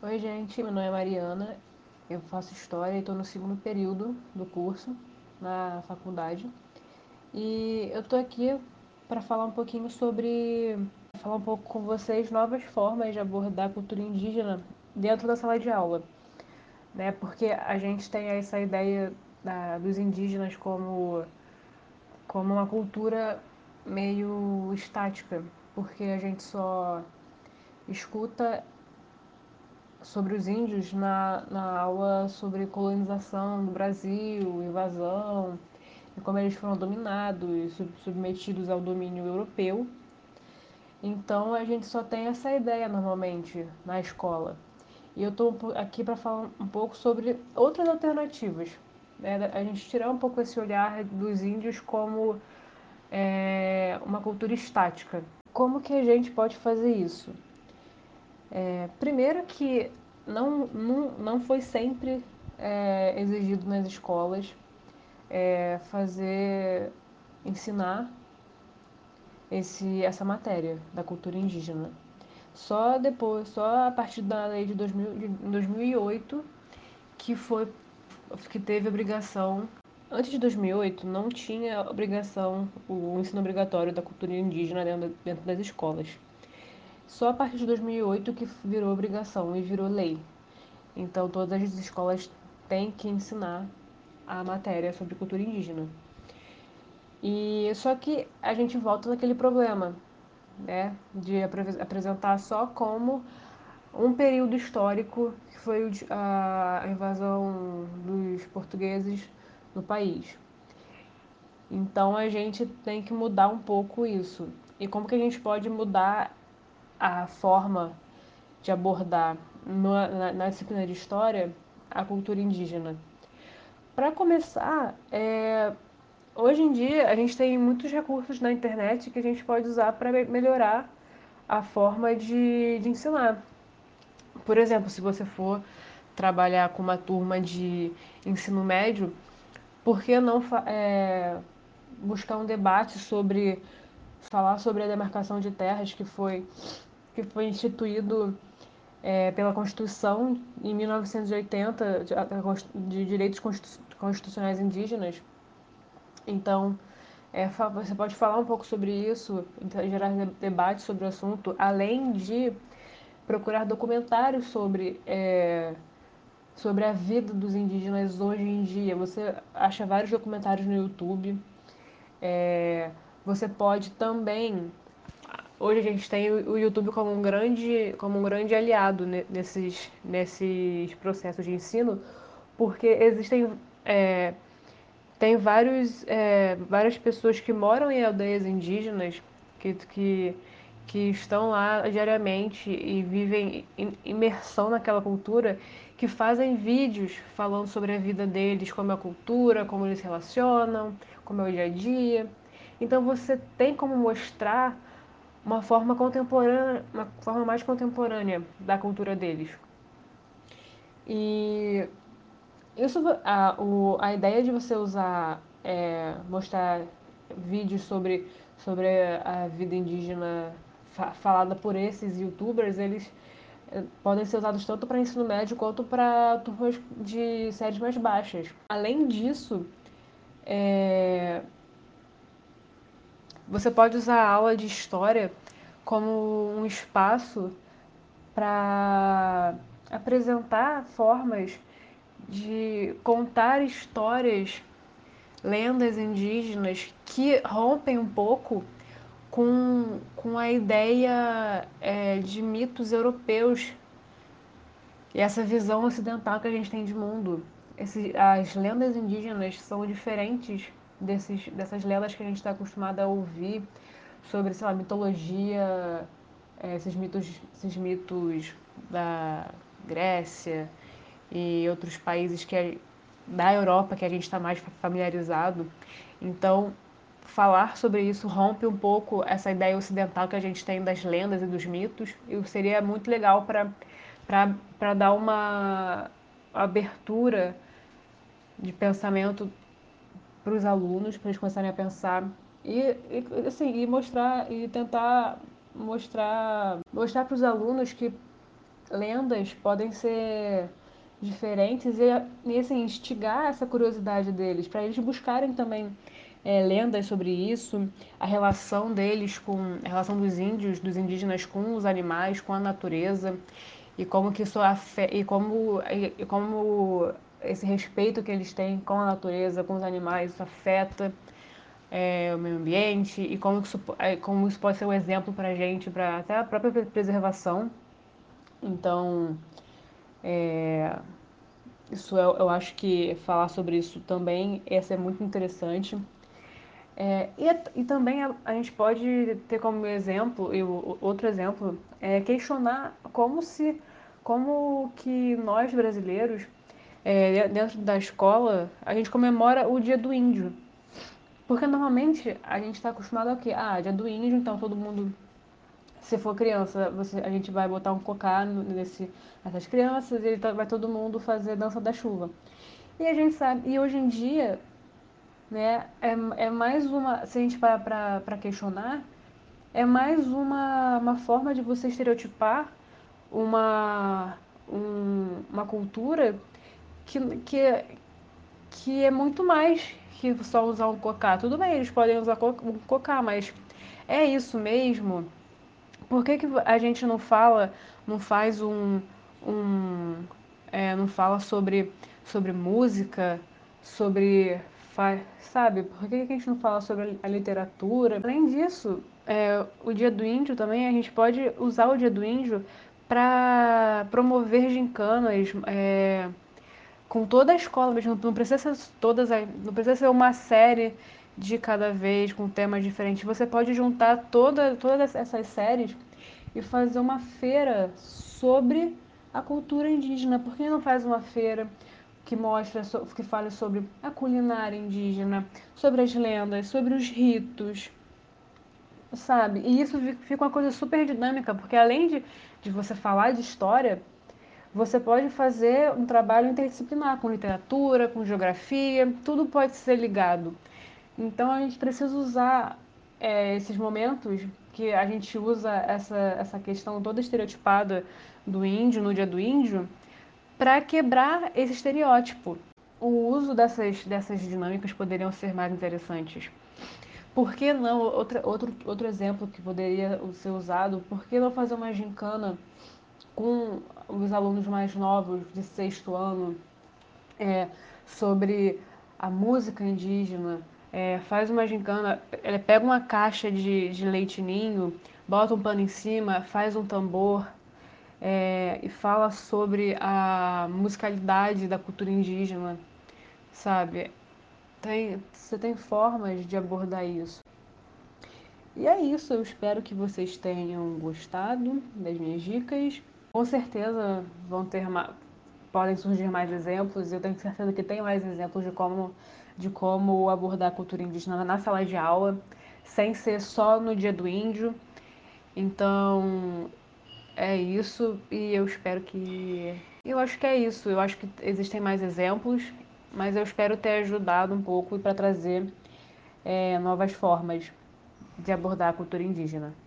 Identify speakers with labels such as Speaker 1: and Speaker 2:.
Speaker 1: Oi, gente, meu nome é Mariana, eu faço História e estou no segundo período do curso na faculdade. E eu estou aqui para falar um pouquinho falar um pouco com vocês novas formas de abordar a cultura indígena dentro da sala de aula, né? Porque a gente tem essa ideia dos indígenas como uma cultura meio estática, porque a gente só escuta sobre os índios na aula sobre colonização do Brasil, invasão, e como eles foram dominados, submetidos ao domínio europeu. Então a gente só tem essa ideia normalmente na escola. E eu estou aqui para falar um pouco sobre outras alternativas. Né? A gente tirar um pouco esse olhar dos índios como uma cultura estática. Como que a gente pode fazer isso? Primeiro que não foi sempre exigido nas escolas ensinar essa matéria da cultura indígena. Só a partir da lei de 2008 que que teve obrigação. Antes de 2008 não tinha obrigação o ensino obrigatório da cultura indígena dentro das escolas. Só a partir de 2008 que virou obrigação e virou lei. Então todas as escolas têm que ensinar a matéria sobre cultura indígena. E só que a gente volta naquele problema, né, de apresentar só como um período histórico que foi a invasão dos portugueses no país. Então a gente tem que mudar um pouco isso. E como que a gente pode mudar a forma de abordar na disciplina de história a cultura indígena? Para começar, hoje em dia a gente tem muitos recursos na internet que a gente pode usar para melhorar a forma de ensinar. Por exemplo, se você for trabalhar com uma turma de ensino médio, por que não buscar um debate falar sobre a demarcação de terras que foi instituído pela Constituição em 1980 de direitos constitucionais indígenas. Então, você pode falar um pouco sobre isso, gerar debate sobre o assunto, além de procurar documentários sobre a vida dos indígenas hoje em dia. Você acha vários documentários no YouTube. É, você pode também. Hoje a gente tem o YouTube como um grande aliado nesses processos de ensino, porque é, tem várias pessoas que moram em aldeias indígenas que, que, que estão lá diariamente e vivem imersão naquela cultura, que fazem vídeos falando sobre a vida deles, como é a cultura, como eles se relacionam, como é o dia a dia. Então você tem como mostrar uma forma mais contemporânea da cultura deles. E a ideia de você mostrar vídeos sobre a vida indígena falada por esses youtubers, eles podem ser usados tanto para ensino médio quanto para turmas de séries mais baixas. Além disso, é, você pode usar a aula de história como um espaço para apresentar formas de contar histórias, lendas indígenas que rompem um pouco com a ideia de mitos europeus e essa visão ocidental que a gente tem de mundo. As lendas indígenas são diferentes dessas lendas que a gente está acostumado a ouvir sobre, sei lá, mitologia, esses mitos da Grécia e outros países da Europa que a gente está mais familiarizado. Então, falar sobre isso rompe um pouco essa ideia ocidental que a gente tem das lendas e dos mitos e seria muito legal para dar uma abertura de pensamento para os alunos, para eles começarem a pensar e mostrar e tentar mostrar para os alunos que lendas podem ser diferentes e assim, instigar essa curiosidade deles, para eles buscarem também lendas sobre isso, a relação deles com, a relação dos índios, dos indígenas com os animais, com a natureza, e como que isso afeta, e como esse respeito que eles têm com a natureza, com os animais, isso afeta o meio ambiente, e como isso pode ser um exemplo para a gente, para até a própria preservação. Então, eu acho que falar sobre isso também, essa é muito interessante. E também a gente pode ter como exemplo, e outro exemplo, é questionar como que nós brasileiros, dentro da escola, a gente comemora o Dia do Índio. Porque normalmente a gente está acostumado ao quê? Ah, Dia do Índio, então todo mundo, se for criança, a gente vai botar um cocá nessas crianças e vai todo mundo fazer dança da chuva. E a gente sabe, e hoje em dia, né, é mais uma, se a gente parar para questionar, é mais uma forma de você estereotipar uma, uma cultura que, que, que é muito mais que só usar um cocá. Tudo bem, eles podem usar um cocá, mas é isso mesmo? Por que a gente não faz um não fala sobre música, sobre, sabe? Por que a gente não fala sobre a literatura? Além disso, o Dia do Índio também, a gente pode usar o Dia do Índio para promover gincanas, com toda a escola mesmo, não precisa ser não precisa ser uma série de cada vez com temas diferentes. Você pode juntar todas essas séries e fazer uma feira sobre a cultura indígena. Por que não faz uma feira que fale sobre a culinária indígena, sobre as lendas, sobre os ritos, sabe? E isso fica uma coisa super dinâmica, porque além de você falar de história, você pode fazer um trabalho interdisciplinar com literatura, com geografia, tudo pode ser ligado. Então a gente precisa usar esses momentos que a gente usa essa questão toda estereotipada do índio no dia do índio para quebrar esse estereótipo. O uso dessas dinâmicas poderiam ser mais interessantes. Por que não, outro exemplo que poderia ser usado, por que não fazer uma gincana com os alunos mais novos, de sexto ano, sobre a música indígena, faz uma gincana, pega uma caixa de leite ninho, bota um pano em cima, faz um tambor e fala sobre a musicalidade da cultura indígena, sabe? Você tem formas de abordar isso. E é isso, eu espero que vocês tenham gostado das minhas dicas. Com certeza podem surgir mais exemplos, eu tenho certeza que tem mais exemplos de como abordar a cultura indígena na sala de aula, sem ser só no dia do índio. Então, é isso, e eu espero que. Eu acho que é isso, eu acho que existem mais exemplos, mas eu espero ter ajudado um pouco para trazer novas formas de abordar a cultura indígena.